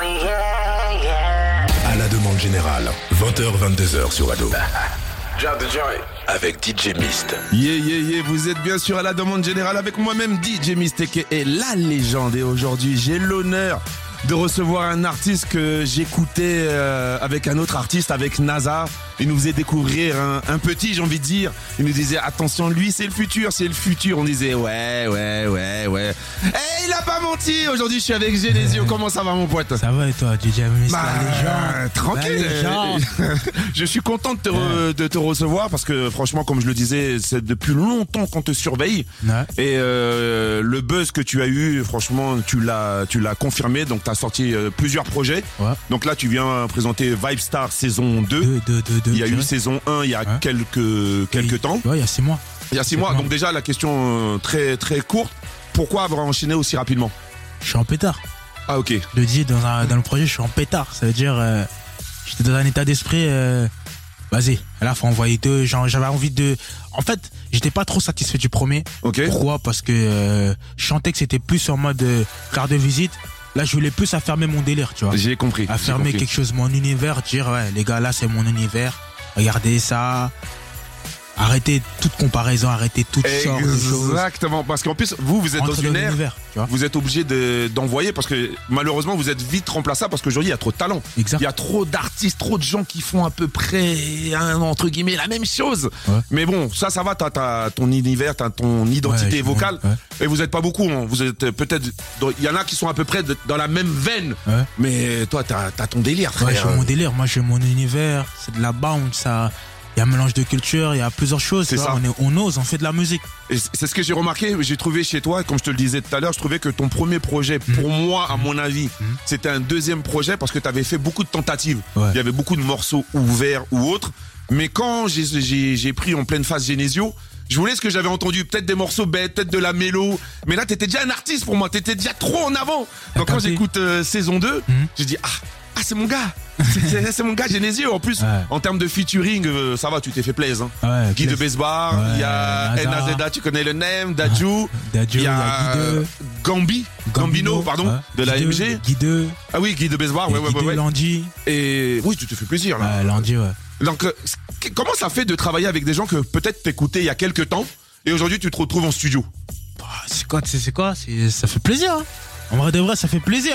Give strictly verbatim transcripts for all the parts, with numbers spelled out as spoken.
À la demande générale, vingt heures vingt-deux heures sur Ado. Avec D J Mist. Yeah, yeah, yeah, vous êtes bien sûr à la demande générale avec moi-même D J Mist et la légende. Et aujourd'hui, j'ai l'honneur de recevoir un artiste que j'écoutais euh, avec un autre artiste, avec NASA. Il nous faisait découvrir un, un petit, j'ai envie de dire. Il nous disait, attention, lui, c'est le futur, c'est le futur. On disait, ouais, ouais, ouais, ouais. Eh, il a pas menti. Aujourd'hui, je suis avec Genesio. Comment ça va, mon pote? Ça va et toi, D J Mist, bah, la légende. Tranquille. La légende. Je suis content de te, re, de te recevoir parce que, franchement, comme je le disais, c'est depuis longtemps qu'on te surveille. Ouais. Et euh, le buzz que tu as eu, franchement, tu l'as, tu l'as confirmé. Donc, tu as sorti euh, plusieurs projets. Ouais. Donc là, tu viens présenter Vibe Star saison deux. deux, deux, deux, deux il y a eu saison un il y a ouais. quelques, quelques et, temps. Ouais, il y a six mois. Il y a six mois. Donc déjà, la question très, très courte. Pourquoi avoir enchaîné aussi rapidement? Je suis en pétard. Ah, ok. Le dit dans, un, dans le projet, je suis en pétard. Ça veut dire, euh, j'étais dans un état d'esprit, euh, vas-y, là, faut envoyer deux. Genre, j'avais envie de... En fait, j'étais pas trop satisfait du premier. Ok. Pourquoi? Parce que euh, je sentais que c'était plus en mode euh, carte de visite. Là, je voulais plus affermer mon délire, tu vois. J'ai compris. Affermer quelque chose, mon univers, dire, ouais, les gars, là, c'est mon univers. Regardez ça. Arrêtez toute comparaison, arrêtez toute sorte de choses. Exactement, parce qu'en plus, vous, vous êtes Entre dans une ère, vous êtes obligé de, d'envoyer parce que malheureusement, vous êtes vite remplaçable parce qu'aujourd'hui, il y a trop de talent. Exact. Il y a trop d'artistes, trop de gens qui font à peu près, hein, entre guillemets, la même chose. Ouais. Mais bon, ça, ça va, t'as, t'as ton univers, t'as ton identité ouais, vocale. Ouais. Et vous êtes pas beaucoup, hein. Vous êtes peut-être, il y en a qui sont à peu près de, dans la même veine. Ouais. Mais toi, t'as, t'as ton délire, frère. Ouais, j'ai mon délire. Moi, j'ai mon univers. C'est de la bounce, ça. Il y a un mélange de culture, il y a plusieurs choses. C'est ça. On, est, on ose, on fait de la musique. Et c'est ce que j'ai remarqué, j'ai trouvé chez toi, comme je te le disais tout à l'heure, je trouvais que ton premier projet, pour mmh. moi, à mon avis, mmh. c'était un deuxième projet parce que tu avais fait beaucoup de tentatives. Ouais. Il y avait beaucoup de morceaux ouverts ou autres. Mais quand j'ai, j'ai, j'ai pris en pleine phase Genesio, je voulais ce que j'avais entendu, peut-être des morceaux bêtes, peut-être de la mélo. Mais là, t'étais déjà un artiste pour moi, t'étais déjà trop en avant. Donc quand j'écoute euh, saison deux, mmh. je dis, ah, ah, c'est mon gars. C'est, c'est mon gars Genesio. En plus, ouais. en termes de featuring, euh, ça va, tu t'es fait plaisir. Hein. Ouais, Guy de Besbar, il ouais, y a N A Z A, tu connais le name, Dadju. Dadju, il y a euh, Gambi, Gambino, Gambino, pardon, ouais. de la M G. Guy de. Ah oui, Guy de Besbar, ouais, ouais, ouais, ouais. Landy. Et oui, tu te fais plaisir, là. Ouais, Landy, ouais. Donc, euh, comment ça fait de travailler avec des gens que peut-être t'écoutaient il y a quelques temps et aujourd'hui tu te retrouves en studio? Bah, c'est quoi, c'est, c'est quoi c'est, ça fait plaisir. Hein. En vrai de vrai, ça fait plaisir.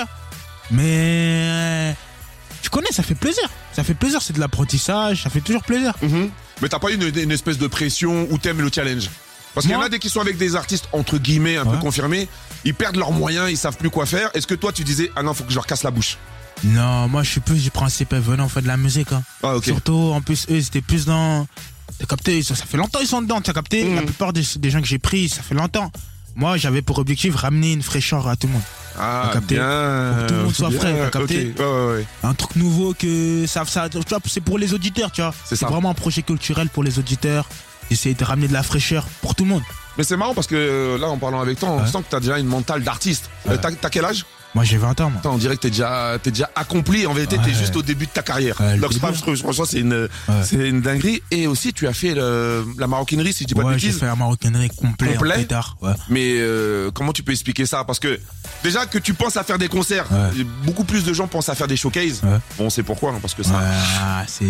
Mais. Tu connais, ça fait plaisir. Ça fait plaisir, c'est de l'apprentissage, ça fait toujours plaisir. Mmh. Mais t'as pas eu une, une espèce de pression où t'aimes le challenge? Parce qu'il y en a des qui sont avec des artistes entre guillemets un ouais. peu confirmés, ils perdent leurs moyens, ils savent plus quoi faire. Est-ce que toi tu disais ah non, faut que je leur casse la bouche? Non, moi je suis plus du principe venant on fait de la musique. Hein. Ah, okay. Surtout en plus eux ils étaient plus dans. T'as capté, ça, ça fait longtemps ils sont dedans, t'as capté. Mmh. La plupart des, des gens que j'ai pris, ça fait longtemps. Moi j'avais pour objectif ramener une fraîcheur à tout le monde. Ah, capté. Bien. Pour que tout le monde soit bien. frais, t'as capté. Okay. Ouais, ouais, ouais. Un truc nouveau que ça, ça, tu vois, c'est pour les auditeurs, tu vois. C'est, c'est vraiment un projet culturel pour les auditeurs. Essayer de ramener de la fraîcheur pour tout le monde. Mais c'est marrant parce que là, en parlant avec toi, on ouais. sent que t'as déjà une mentale d'artiste. Ouais. Euh, t'as, t'as quel âge? Moi j'ai vingt ans moi. Attends, on dirait que t'es déjà, t'es déjà accompli. En vérité, ouais. t'es juste au début de ta carrière. Ouais, donc c'est pas, franchement, c'est une, ouais. c'est une dinguerie. Et aussi, tu as fait le, la maroquinerie, si je dis pas ouais, de bêtises. J'ai fait la maroquinerie complet, complet. En pétard. Ouais. Mais euh, comment tu peux expliquer ça? Parce que déjà que tu penses à faire des concerts, ouais. beaucoup plus de gens pensent à faire des showcases. Ouais. Bon, c'est pourquoi, hein, parce que ça. Ouais, c'est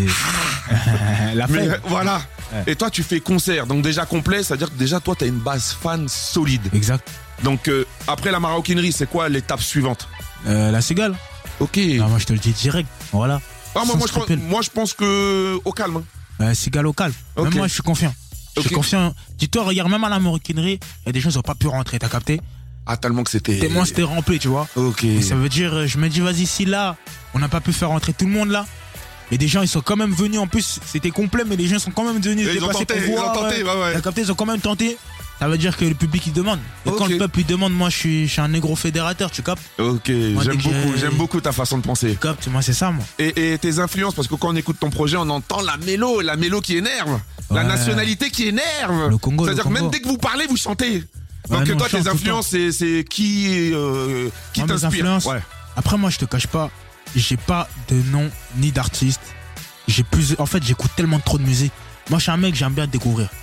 la Mais, fête. Voilà. Ouais. Et toi, tu fais concert, donc déjà complet, c'est-à-dire que déjà toi, t'as une base fan solide. Exact. Donc euh, après la maroquinerie, c'est quoi l'étape suivante? Euh, la cigale. Ok. Non, moi je te le dis direct. Voilà. Ah, moi, moi, je pense, moi je pense que au calme. Euh, cigale au calme. Okay. Même moi je suis confiant. Je okay. suis confiant. Dis-toi, regarde, même à la maroquinerie, il y a des gens qui n'ont pas pu rentrer, t'as capté? Ah, tellement que c'était. Tellement c'était rempli, tu vois. Ok. Et ça veut dire, je me dis, vas-y, si là, on n'a pas pu faire rentrer tout le monde là. Et des gens ils sont quand même venus, en plus c'était complet, mais les gens sont quand même venus. Ils ont tenté, ils ont tenté, ouais, ouais. T'as capté, ils ont quand même tenté. Ça veut dire que le public il demande. Et okay. quand le peuple il demande, moi je suis, je suis un négro fédérateur, tu captes? Ok, moi, j'aime beaucoup, j'aime beaucoup ta façon de penser. Tu captes, moi c'est ça moi. Et, et tes influences, parce que quand on écoute ton projet, on entend la mélo, la mélo qui énerve, ouais. la nationalité qui énerve. Le Congo. C'est-à-dire le que même dès que vous parlez, vous chantez. Donc ouais, non, toi, tes influences, c'est, c'est qui, euh, qui moi, t'inspire? Ouais. Après moi je te cache pas, j'ai pas de nom ni d'artiste. J'ai plus, en fait j'écoute tellement trop de musique. Moi je suis un mec, j'aime bien découvrir.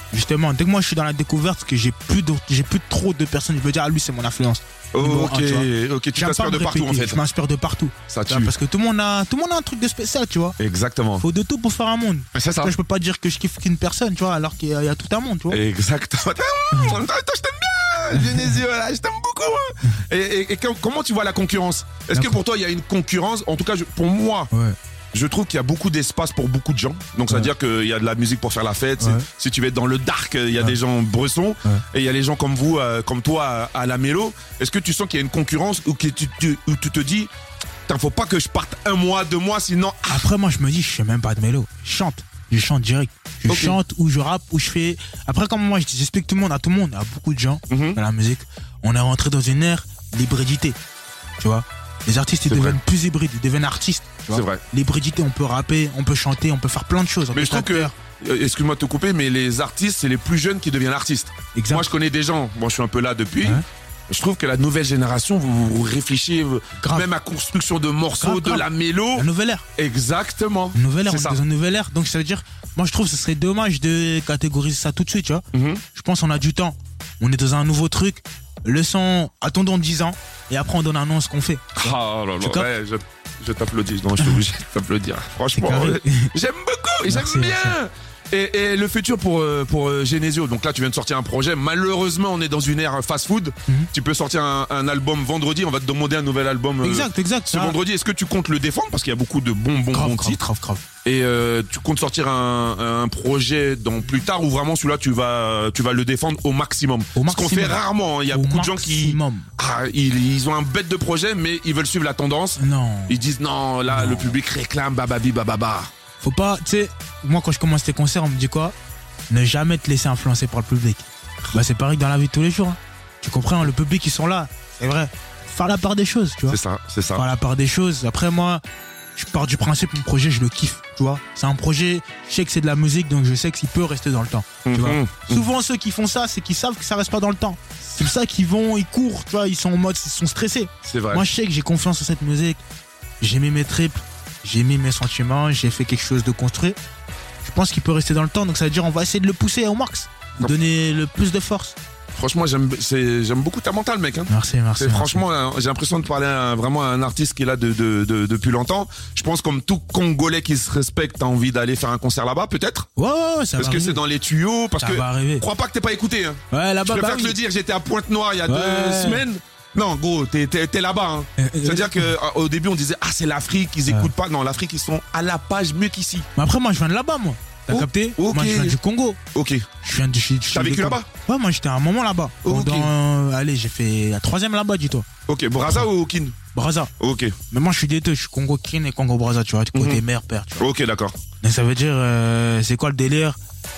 Justement, dès que moi je suis dans la découverte, que j'ai plus de, j'ai plus trop de personnes, je peux dire, ah lui c'est mon influence. Oh, ok, un, tu ok, tu J'aime t'inspires pas de me partout répéter, en fait. Je m'inspire de partout. Ça Tu vois, tue. parce que tout le monde a, tout le monde a un truc de spécial, tu vois. Exactement. Faut de tout pour faire un monde. C'est ça. Toi, je peux pas dire que je kiffe qu'une personne, tu vois, alors qu'il y a, il y a tout un monde, tu vois. Exactement. Attends, je t'aime bien, Genesio, là, je t'aime beaucoup. Hein. Et, et, et comment tu vois la concurrence? Est-ce que pour toi il y a une concurrence? En tout cas, je- pour moi. Ouais. Je trouve qu'il y a beaucoup d'espace pour beaucoup de gens. Donc, ça veut Ouais. dire qu'il y a de la musique pour faire la fête. Ouais. Si tu veux être dans le dark, il y a Ouais. des gens bressons. Ouais. Et il y a les gens comme vous, euh, comme toi, à, à la mélo. Est-ce que tu sens qu'il y a une concurrence ou que tu, tu, où tu te dis, putain, faut pas que je parte un mois, deux mois, sinon. Après, moi, je me dis, je fais même pas de mélo. Je chante. Je chante direct. Je Ok. chante ou je rappe ou je fais. Après, comme moi, j'explique tout le monde, à tout le monde, à beaucoup de gens Mhm. dans la musique, on est rentré dans une ère d'hybridité. Tu vois? Les artistes, ils C'est deviennent vrai. plus hybrides, ils deviennent artistes. tu vois. C'est vrai. L'hybridité, on peut rapper, on peut chanter, on peut faire plein de choses. on Mais peut je trouve que, faire- euh, excuse-moi de te couper, mais les artistes, c'est les plus jeunes qui deviennent artistes. Exact. Moi, je connais des gens. Moi, je suis un peu là depuis. Ouais. Je trouve que la nouvelle génération, vous, vous réfléchissez euh, Grave. même à construction de morceaux, Grave, de grave. la mélo. La nouvelle ère. Exactement. Une nouvelle ère, C'est on est ça. dans une nouvelle ère. Donc ça veut dire, moi je trouve que ce serait dommage de catégoriser ça tout de suite, tu vois. Mhm. Je pense qu'on a du temps. On est dans un nouveau truc. Le son, attendons dix ans. Et après on donne un nom à ce qu'on fait. Oh là Tu là, captes ouais, je, je t'applaudis. Non, je suis obligé de t'applaudir. Franchement, carré. euh, j'aime beaucoup, j'aime Merci, bien. merci. Et, et le futur pour, euh, pour euh, Genesio. Donc là, tu viens de sortir un projet. Malheureusement, on est dans une ère fast-food. Mhm. Tu peux sortir un, un album vendredi. On va te demander un nouvel album. euh, Exact, exact. Ce ça. vendredi, est-ce que tu comptes le défendre? Parce qu'il y a beaucoup de bons, bons, Grave, bons grave, titres. grave, grave. Et euh, tu comptes sortir un, un projet dans plus tard ou vraiment celui-là, tu vas, tu vas le défendre au maximum. Au Ce qu'on maximum. fait rarement. hein. Il y a Au beaucoup de gens qui, maximum. ah, ils, ils ont un bête de projet, mais ils veulent suivre la tendance. Non. Ils disent non, là, Non. le public réclame, bababi, bababa. Faut pas, tu sais, moi quand je commence tes concerts, on me dit quoi? Ne jamais te laisser influencer par le public. Bah c'est pareil dans la vie de tous les jours. hein. Tu comprends, le public ils sont là, c'est vrai. Faire la part des choses, tu vois. C'est ça, c'est ça. Faire la part des choses. Après moi, je pars du principe mon projet, je le kiffe, tu vois. C'est un projet, je sais que c'est de la musique, donc je sais qu'il peut rester dans le temps. Tu vois. Mhm. Souvent ceux qui font ça, c'est qu'ils savent que ça reste pas dans le temps. C'est pour ça qu'ils vont, ils courent, tu vois, ils sont en mode, ils sont stressés. C'est vrai. Moi je sais que j'ai confiance en cette musique. J'ai mis mes triples, j'ai mis mes sentiments, j'ai fait quelque chose de construit. Je pense qu'il peut rester dans le temps, donc ça veut dire on va essayer de le pousser au max, Non. donner le plus de force. Franchement, j'aime, c'est- j'aime beaucoup ta mentale, mec. Hein. Merci, merci. C'est merci. franchement, euh, j'ai l'impression de parler à un- vraiment à un artiste qui est là de, de, de- depuis longtemps. Je pense comme tout Congolais qui se respecte, t'as envie d'aller faire un concert là-bas, peut-être. Ouais, ouais, ouais, ça Parce va que arriver. c'est dans les tuyaux. Parce Ça que va arriver. crois pas que t'es pas écouté. Hein. Ouais, Je là-bas, préfère bah te oui. le dire. J'étais à Pointe-Noire il y a deux Ouais. semaines. Non, gros, t'es, t'es, t'es là-bas. Hein. Euh, euh, C'est-à-dire que euh, au début on disait ah c'est l'Afrique, ils écoutent pas. Non, l'Afrique ils sont à la page mieux qu'ici. Mais après, moi je viens de là-bas, moi. T'as Oh, capté? ok. Moi je viens du Congo. Ok. Je viens de chez. chez T'as les vécu Cam- là-bas? Ouais, moi j'étais un moment là-bas. Ok. Pendant, euh, allez, j'ai fait la troisième là-bas, dis-toi. Ok. Braza ou Kin? Braza. Ok. Mais moi je suis des deux, je suis Congo Kin et Congo Braza, tu vois, du côté Mhm. mère, père, tu vois. Ok, d'accord. Donc ça veut dire, euh, c'est quoi le délire?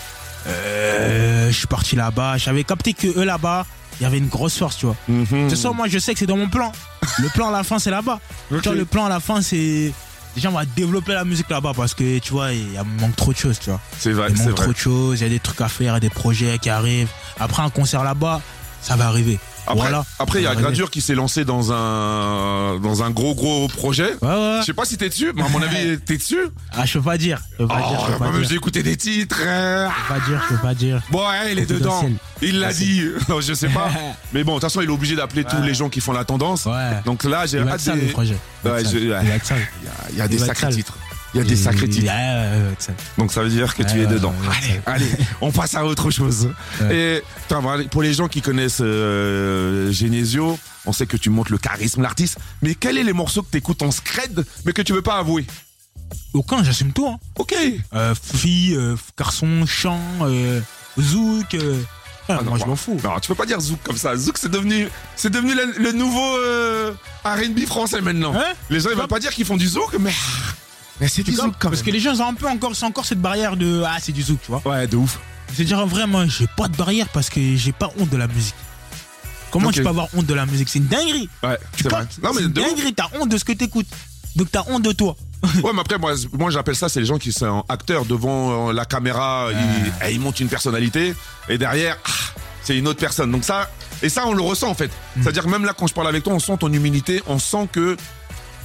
Euh, je suis parti là-bas, j'avais capté que eux là-bas, il y avait une grosse force, tu vois. Mhm. De toute façon, moi je sais que c'est dans mon plan. Le plan à la fin, c'est là-bas. Ok. Tu vois, le plan à la fin, c'est. Déjà, on va développer la musique là-bas parce que tu vois, il y a- il manque trop de choses, tu vois. C'est vrai, Il c'est manque vrai. trop de choses, il y a des trucs à faire, il y a des projets qui arrivent. Après un concert là-bas, ça va arriver. Après, Voilà. après il y a Ça va arriver. Gradure qui s'est lancé dans un dans un gros gros projet. Ouais, ouais. Je sais pas si t'es dessus, mais à mon avis t'es dessus. Ah, je peux pas dire. Je peux pas dire, je peux Oh, pas même dire. j'ai écouté des titres. hein. Je peux pas dire, je peux pas dire. Bon, ouais, il est dedans. Confidentiel. Il l'a dit. Non, je sais pas. Mais bon, de toute façon, il est obligé d'appeler tous Ouais. les gens qui font la tendance. Ouais. Donc là, j'ai Il va hâte être ça, des- le projet. Il va Ouais, être ça. je- ouais. Il va être ça. Il y a, il y a des Il va être sacrés sale. titres. Il y a des sacrés Il- titres. Ouais, ouais, ouais, c'est ça. Donc ça veut dire que tu Ouais, es ouais, dedans. ouais, ouais, allez, allez, on passe à autre chose. Ouais. Et putain, voilà, pour les gens qui connaissent euh, Genesio, on sait que tu montres le charisme, l'artiste. Mais quels sont les morceaux que tu écoutes en scred, mais que tu veux pas avouer? Aucun, j'assume tout. Hein. Ok. Euh, fille, euh, garçon, chant, euh, zouk. euh, ah, Ah, non, moi, je bon. m'en fous. Non, tu peux pas dire Zouk comme ça. Zouk, c'est devenu, c'est devenu le, le nouveau euh, R and B français maintenant. Hein Les gens, ils veulent pas dire qu'ils font du Zouk, mais, mais c'est Tu du vois, Zouk quand parce que même. les gens ils ont un peu encore, c'est encore cette barrière de ah c'est du zouk, tu vois. Ouais, de ouf. C'est dire vraiment, j'ai pas de barrière parce que j'ai pas honte de la musique. Comment Ok. tu peux avoir honte de la musique? C'est une dinguerie. Ouais, Tu c'est vrai. captes? Non, mais c'est une de ouf. dinguerie. T'as honte de ce que t'écoutes. Donc t'as honte de toi. Ouais, mais après, moi, moi j'appelle ça, c'est les gens qui sont acteurs devant euh, la caméra, ils, eh, ils montent une personnalité, et derrière, ah, c'est une autre personne. Donc ça, et ça, on le ressent en fait. Mm. C'est-à-dire que même là, quand je parle avec toi, on sent ton humilité, on sent que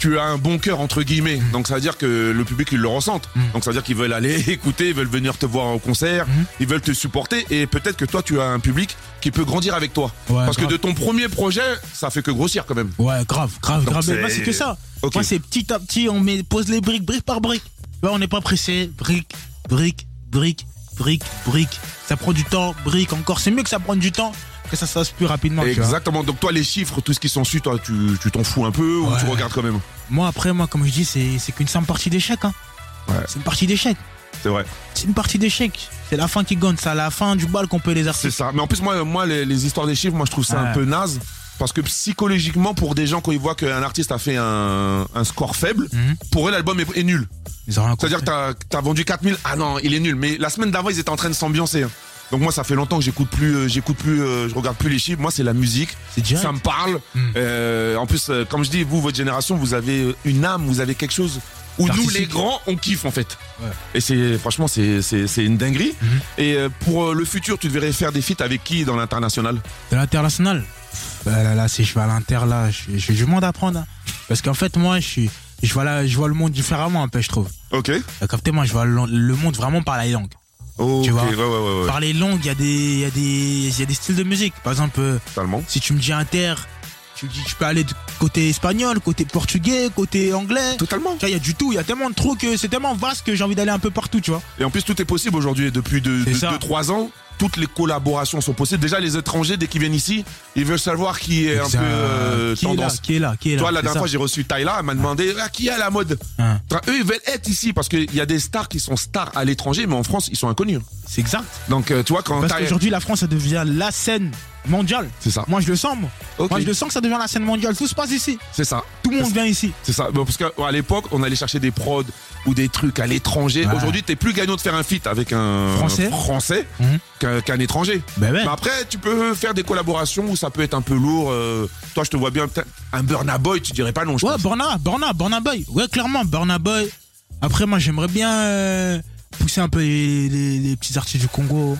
tu as un bon cœur entre guillemets, mmh. donc ça veut dire que le public ils le ressentent, mmh. donc ça veut dire qu'ils veulent aller écouter, ils veulent venir te voir au concert, mmh. ils veulent te supporter et peut-être que toi tu as un public qui peut grandir avec toi, ouais, parce grave. que de ton premier projet ça fait que grossir quand même. Ouais, grave, grave, donc grave. C'est... Moi c'est que ça. Okay. Moi c'est petit à petit, on met, pose les briques, brique par brique. Ouais, on n'est pas pressé, brique, brique, brique, brique, brique. Ça prend du temps, brique encore. C'est mieux que ça prenne du temps. Que ça se fasse plus rapidement. Exactement. Donc toi les chiffres, tout ce qui s'en suit, toi tu, tu t'en fous un peu ouais. ou tu regardes quand même? Moi après, moi comme je dis, c'est, c'est qu'une simple partie d'échec. Hein. Ouais. C'est une partie d'échec. C'est vrai. C'est une partie d'échec. C'est la fin qui gagne. C'est à la fin du bal qu'on peut les artistes. C'est ça. Mais en plus moi, moi les, les histoires des chiffres, moi je trouve ça ouais. un peu naze. Parce que psychologiquement, pour des gens quand ils voient qu'un artiste a fait un, un score faible, mm-hmm. pour eux l'album est, est nul. C'est-à-dire que t'as, t'as vendu quatre mille, ah non, il est nul. Mais la semaine d'avant, ils étaient en train de s'ambiancer. Hein. Donc moi ça fait longtemps que j'écoute plus, euh, j'écoute plus, euh, je regarde plus les chiffres. Moi c'est la musique, c'est ça me parle. Mm. Euh, en plus, euh, comme je dis, vous votre génération, vous avez une âme, vous avez quelque chose où nous les grands on kiffe en fait. Ouais. Et c'est franchement c'est c'est c'est une dinguerie. Mm-hmm. Et euh, pour euh, le futur, tu devrais faire des feats avec qui dans l'international? De l'international, bah, là, là si je vais à l'inter là, j'ai du monde à prendre. Hein. Parce qu'en fait moi je suis, je vois là, je vois le monde différemment un peu je trouve. Ok. Captez, moi je vois le, le monde vraiment par la langue. Oh, tu vois, okay, ouais, ouais, ouais. Par les langues, il y a des, il y a des, il y a des styles de musique. Par exemple, Totalement. si tu me dis inter, tu dis, je peux aller de côté espagnol, côté portugais, côté anglais. Totalement. Il y a du tout. Il y a tellement de trucs, c'est tellement vaste que j'ai envie d'aller un peu partout, tu vois. Et en plus, tout est possible aujourd'hui. Depuis deux, deux, trois ans, toutes les collaborations sont possibles. Déjà, les étrangers, dès qu'ils viennent ici, ils veulent savoir qui est exact. un peu euh, qui tendance. Est là, qui est là, qui est là. Toi, la dernière fois, j'ai reçu Tyla, elle m'a demandé ah, qui est à la mode. Hein. Eux, ils veulent être ici parce qu'il y a des stars qui sont stars à l'étranger, mais en France, ils sont inconnus. C'est exact. Donc, euh, tu vois, quand parce qu'aujourd'hui, la France, ça devient la scène mondiale. C'est ça. Moi, je le sens, moi. Okay. Moi, je le sens que ça devient la scène mondiale. Tout se passe ici. C'est ça. Tout le monde c'est vient ici. C'est ça. Bon, parce qu'à l'époque, on allait chercher des prods ou des trucs à l'étranger. Ouais. Aujourd'hui, t'es plus gagnant de faire un feat avec un français, français mmh. qu'un, qu'un étranger. Ben ouais. Mais après, tu peux faire des collaborations où ça peut être un peu lourd. Euh, toi, je te vois bien, un Burna Boy, tu dirais pas non, je ouais, pense. Burna, Burna, Burna Boy. Ouais, clairement, Burna Boy. Après, moi, j'aimerais bien euh, pousser un peu les, les, les petits artistes du Congo.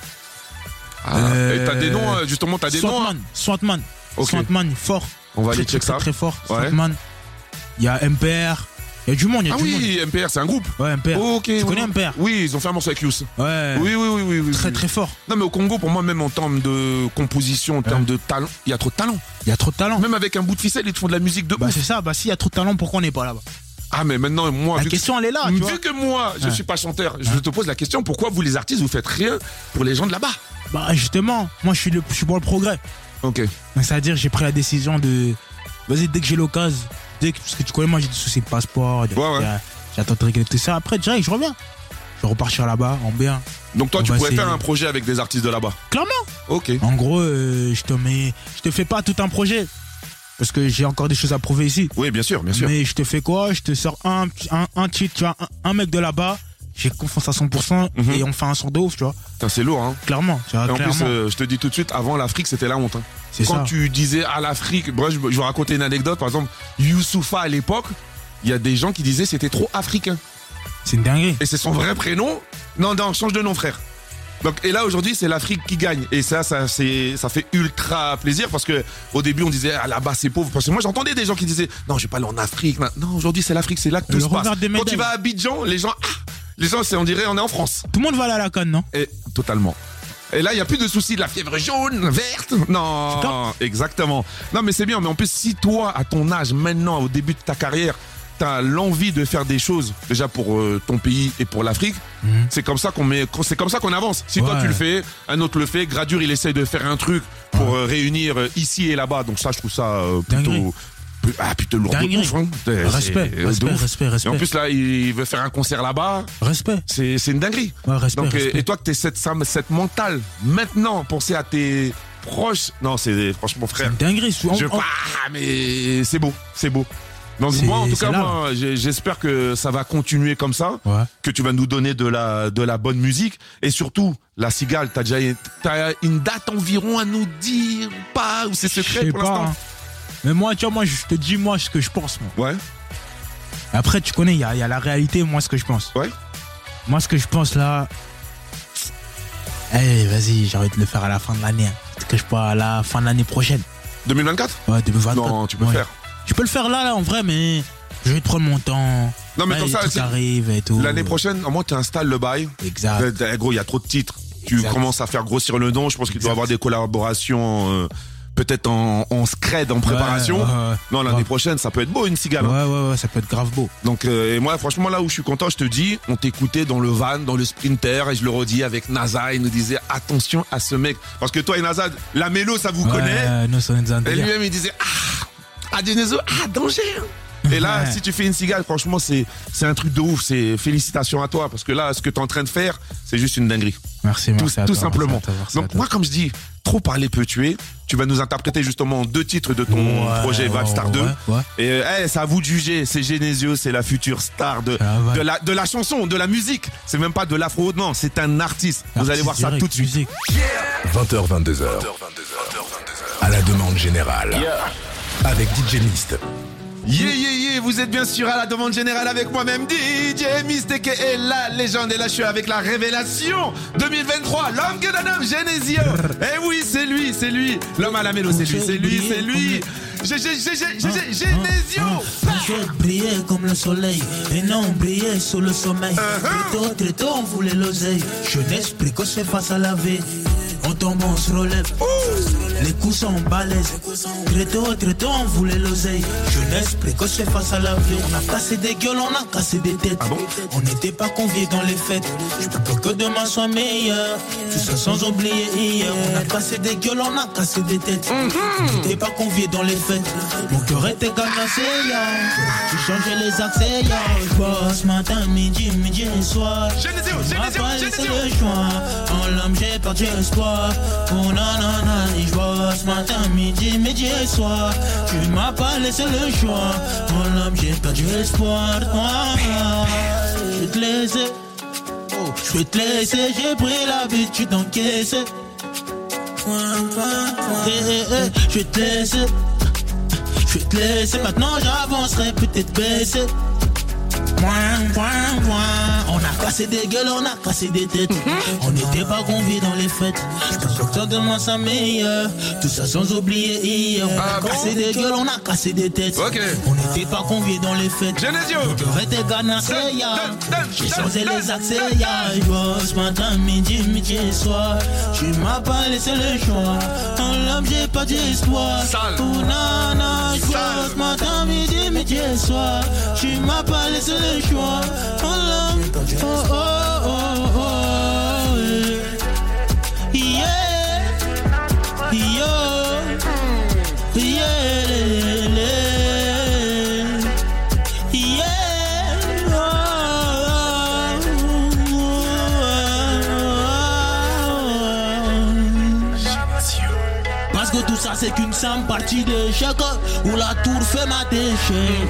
Ah, euh, et t'as des noms, justement, t'as des Swatman, noms. Swatman, okay. Swatman, fort. On va aller check très, ça. Très, très fort. Ouais. Swatman. Il y a M P R. Il y a du monde, il y a ah du oui, monde. M P R, c'est un groupe. Ouais, M P R. Oh, okay, tu ouais. connais M P R? Oui, ils ont fait un morceau avec Youss. Ouais. Oui, oui, oui, oui, oui. Très, oui. très fort. Non, mais au Congo, pour moi, même en termes de composition, en ouais. termes de talent, il y a trop de talent. Il y a trop de talent. Même avec un bout de ficelle, ils te font de la musique de bah, ouf. c'est ça. Bah, s'il y a trop de talent, pourquoi on n'est pas là-bas? Ah, mais maintenant, moi. La question, que, elle est là. Tu vu vois que moi, je ouais. suis pas chanteur, je ouais. te pose la question, pourquoi vous, les artistes, vous faites rien pour les gens de là-bas? Bah, justement, moi, je suis, le, je suis pour le progrès. Ok. Donc, c'est-à-dire, j'ai pris la décision de. Vas-y, dès que j'ai l'occasion, dès que, parce que tu connais, moi, j'ai des soucis de passeport. De, ouais, ouais. J'attends de régler tout ça. Après, direct, je reviens. Je vais repartir là-bas, en bien. Donc, toi, on tu pourrais essayer... faire un projet avec des artistes de là-bas? Clairement. Ok. En gros, euh, je te mets. Je te fais pas tout un projet. Parce que j'ai encore des choses à prouver ici. Oui, bien sûr, bien sûr. Mais je te fais quoi? Je te sors un, un, un titre, tu vois, un, un mec de là-bas. J'ai confiance à cent pour cent mm-hmm. et on fait un son de ouf, tu vois. Ça, c'est lourd, hein. Clairement. Tu vois, et en clairement. plus, euh, je te dis tout de suite, avant l'Afrique, c'était la honte. Hein. C'est Quand ça. tu disais à l'Afrique, bref, je, je vais raconter une anecdote. Par exemple, Youssoufa à l'époque, il y a des gens qui disaient c'était trop africain. C'est une dinguerie. Et c'est son vrai prénom. Non, non, change de nom, frère. Donc, et là, aujourd'hui, c'est l'Afrique qui gagne. Et ça, ça, c'est, ça fait ultra plaisir parce que au début, on disait, ah, là-bas, c'est pauvre. Parce que moi, j'entendais des gens qui disaient, non, je vais pas aller en Afrique. Non, aujourd'hui, c'est l'Afrique, c'est là que tout le se passe. Quand tu vas à Abidjan, les gens, ah, les gens, c'est, on dirait, on est en France. Tout le monde va aller à la Cannes, non? Et, totalement. Et là, il n'y a plus de soucis de la fièvre jaune, verte. Non, exactement. Non, mais c'est bien. Mais en plus, si toi, à ton âge, maintenant, au début de ta carrière, t'as l'envie de faire des choses déjà pour euh, ton pays et pour l'Afrique, mmh. c'est comme ça qu'on met, c'est comme ça qu'on avance. Si ouais. toi tu le fais, un autre le fait, Gradure il essaye de faire un truc pour ouais. euh, réunir euh, ici et là-bas. Donc ça je trouve ça euh, plutôt plus, ah putain lourd de ouf, hein. Respect, c'est, respect, ouf. respect, respect. Et en plus là il veut faire un concert là-bas. Respect. C'est, c'est une dinguerie. Ouais, respect, Donc respect. et toi que t'es cette cette mentale maintenant, penser à tes proches, non c'est franchement frère. C'est une dinguerie. On, je, on... ah mais c'est beau, c'est beau. Donc c'est, moi en tout cas moi, j'espère que ça va continuer comme ça, ouais. que tu vas nous donner de la de la bonne musique et surtout la Cigale, t'as déjà t'as une date environ à nous dire ou pas ou c'est secret pour pas, l'instant. Hein. Mais moi tu vois moi je te dis moi ce que je pense moi. Ouais. Après tu connais il y a il y a la réalité moi ce que je pense. Ouais. Moi ce que je pense là. Allez vas-y j'ai envie de le faire à la fin de l'année. Hein. Que je pas à la fin de l'année prochaine. deux mille vingt-quatre. Ouais deux mille vingt-quatre. Non tu peux ouais. faire. Tu peux le faire là, là, en vrai, mais Je vais te prendre mon temps. Non, mais là, comme ça, tout arrive et tout. L'année prochaine, au moins, tu installes le bail. Exact. Euh, gros, il y a trop de titres. Tu exact. commences à faire grossir le nom. Je pense qu'il doit y avoir des collaborations, euh, peut-être en, en scred, en préparation. Ouais, ouais, ouais. Non, l'année ouais. prochaine, ça peut être beau, une cigale. Ouais, ouais, ouais, ça peut être grave beau. Donc, euh, et moi, franchement, là où je suis content, je te dis, on t'écoutait dans le van, dans le Sprinter, et je le redis avec NASA, il nous disait, attention à ce mec. Parce que toi et NASA, la mélo, ça vous ouais, connaît. Nous, ça nous a et lui-même, il disait, ah, Adenezo, ah, danger. Et là, ouais. si tu fais une cigale, franchement, c'est, c'est un truc de ouf. C'est félicitations à toi. Parce que là, ce que tu es en train de faire, c'est juste une dinguerie. Merci, merci. Tout, à tout toi, simplement. merci à toi, merci Donc, à toi. moi, comme je dis, trop parler peut tuer. Tu vas nous interpréter justement deux titres de ton ouais, projet Valstar ouais, deux. Ouais, ouais. Et euh, hey, c'est à vous de juger. C'est Genesio, c'est la future star de, de, la, de la chanson, de la musique. C'est même pas de l'afro. Non, c'est un artiste. artiste. Vous allez voir direct, ça tout de suite. vingt heures vingt-deux heures. À la demande générale. Yeah. Avec D J Mist. Yeah, yeah, yeah, vous êtes bien sûr à la demande générale avec moi-même, D J Mist, qui est la légende. Et là, je suis avec la révélation deux mille vingt-trois, l'homme que l'on nomme Genesio. Eh oui, c'est lui, c'est lui. L'homme à la mélo, c'est lui, c'est lui, c'est lui. Genesio. Je brillais comme le soleil et non briller sous le sommeil. Très tôt, très tôt, on voulait l'oseille. Jeunesse précoce face à la vie. On tombe, on se relève. Les coups sont balèzes. Très tôt, très tôt, on voulait l'oseille. Jeunesse précoce face à la vie. On a cassé des gueules, on a cassé des têtes. Ah bon? On n'était pas conviés dans les fêtes. Je peux pas que demain soit meilleur. Tout ça sans oublier hier. On a cassé des gueules, on a cassé des têtes. On n'était pas conviés dans les fêtes. Mon cœur était gagnacé, j'ai changé les accès, ya. Je bosse matin, midi, midi et soir. Genesio, Genesio, Genesio. Le choix. En l'homme, j'ai perdu espoir. Oh nanana, je bosse matin, midi, midi et soir. Tu m'as pas laissé le choix. En l'homme, j'ai perdu espoir. Je vais te laisser. Je vais te laisser, j'ai pris l'habitude d'encaisser. Je vais te laisser. Je vais te laisser, maintenant j'avancerai, peut-être baisser. On a cassé des gueules, on a cassé des têtes. On n'était pas conviés dans les fêtes. Je peux que demain ça meilleur. Tout ça sans oublier hier. On a ah cassé bon? des gueules, on a cassé des têtes. Okay. On n'était pas conviés dans les fêtes. Genesio. J'aurais été ganassé, ya. J'ai changé les accès, ya. Je bosse matin, midi, midi et soir. Tu m'as pas laissé le choix. En l'homme, j'ai pas d'espoir. Oh nana, je bosse matin, midi, midi et soir. Tu m'as pas laissé le choix. Oh l'homme, oh oh oh oh, yeah, yo, yeah, yeah, oh, parce que tout ça c'est qu'une simple partie d'échec où la tour fait ma déchet.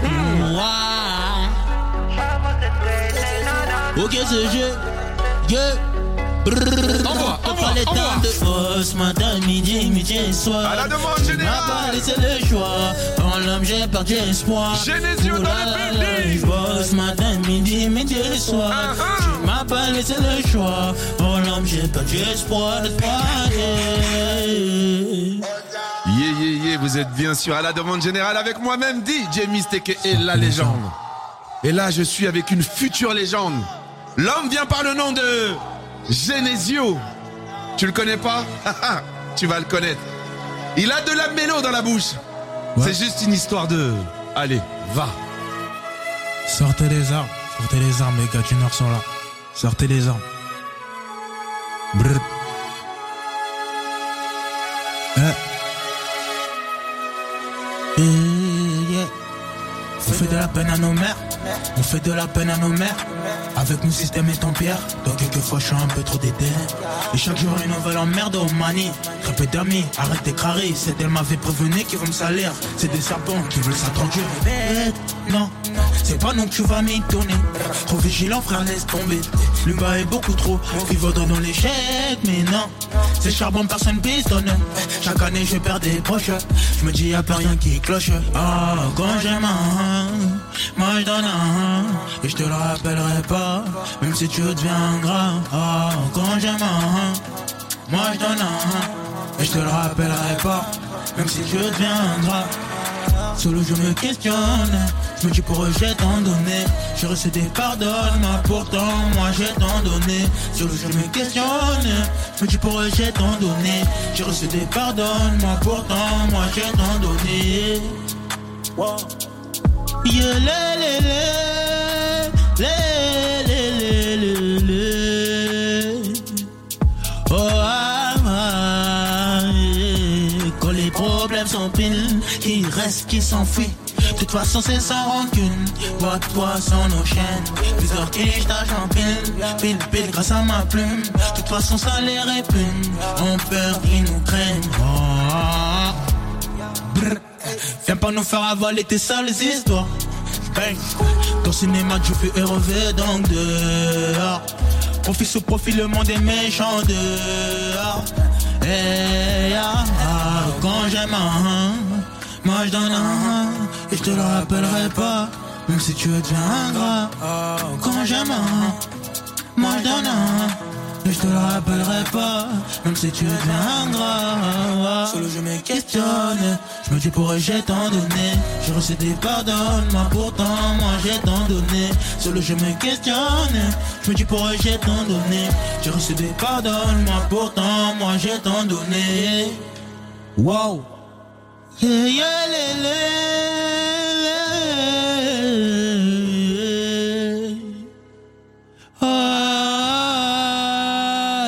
Ok, c'est jeu, yeah. Envoie, envoie, pas les envoie. temps de boss, matin, midi, midi et soir. À la demande générale. Tu m'as pas laissé le choix. En l'homme, j'ai perdu espoir. Genesio dans le public. Je boss, matin, midi, midi et soir. Uh-huh. Tu m'as pas laissé le choix. En l'homme, j'ai perdu espoir. Espoir, yeah. Yeah, yeah, yeah, vous êtes bien sûr à la demande générale avec moi-même, D J Mist, qui est la légende. Et là, je suis avec une future légende. L'homme vient par le nom de Genesio. Tu le connais pas? Tu vas le connaître. Il a de la mélo dans la bouche. Ouais. C'est juste une histoire de... Allez, va. Sortez les armes. Sortez les armes, les gars du Nord sont là. Sortez les armes. Brrr. Hein? Yeah. On fait de la peine à nos mères. On fait de la peine à nos mères. Avec nos systèmes est en pierre. Donc quelquefois je suis un peu trop déter. Et chaque jour une nouvelle emmerde au manie. Répète d'amis, arrête tes crarés. C'est elle m'avait prévenu qu'ils vont me salir. C'est des serpents qui veulent s'introduire. Non, c'est pas non que tu vas m'y tourner. Trop vigilant frère, laisse tomber. Le bas est beaucoup trop. Il vaudrait dans l'échec, mais non. C'est charbon, personne pistonne. Chaque année je perds des proches. Je me dis y'a plus rien qui cloche. Ah, quand j'aime un, moi je donne un. Et je te le rappellerai pas, même si tu deviens grave. Ah, quand j'aime un, moi je donne un. Et je te le rappellerai pas, même si tu deviens grave. Solo je me questionne, je me dis pourrais-je t'en donner. J'ai reçu des pardonnes, moi pourtant moi j'ai tant donné. Solo je me questionne, je me dis pourrais-je t'en donner. J'ai reçu des pardonnes, moi pourtant moi j'ai tant donné. Wow. Yeah, le, le, le, le, le, le, le. Oh, ah, ah, yeah. Quand les problèmes sont pile, qui reste, qui s'enfuit. De toute façon c'est sans rancune, toi toi sans nos chaînes. Plusieurs quiches d'argent pile, pile pile grâce à ma plume. De toute façon ça les répugne, on peur qu'ils nous craignent. Oh, brr. Viens pas nous faire avaler tes sales histoires. Bang. Ton cinéma tu fais rêver donc dehors. Profit sous profit le monde est méchant dehors. Hey, ah, ah, quand j'aime un, moi je donne un, et je te le rappellerai pas, même si tu es déjà ingrat. Quand j'aime un, moi je donne un, et je te le rappellerai pas, même si tu es déjà ingrat. Solo je me questionne, je me dis pourrais-je t'en donner. J'ai reçu des pardons, moi pourtant moi j'ai tant donné. Solo je me questionne, je me dis pourrais-je t'en donner. J'ai reçu des pardons, moi pourtant moi j'ai tant donné. Wow. Yeah, yeah, yeah, yeah. Ah,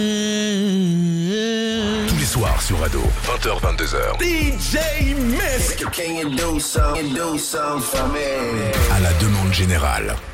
yeah. Tous les soirs sur Ado, vingt heures vingt-deux heures. D J Misk. Can you do some, do some for me? À la demande générale.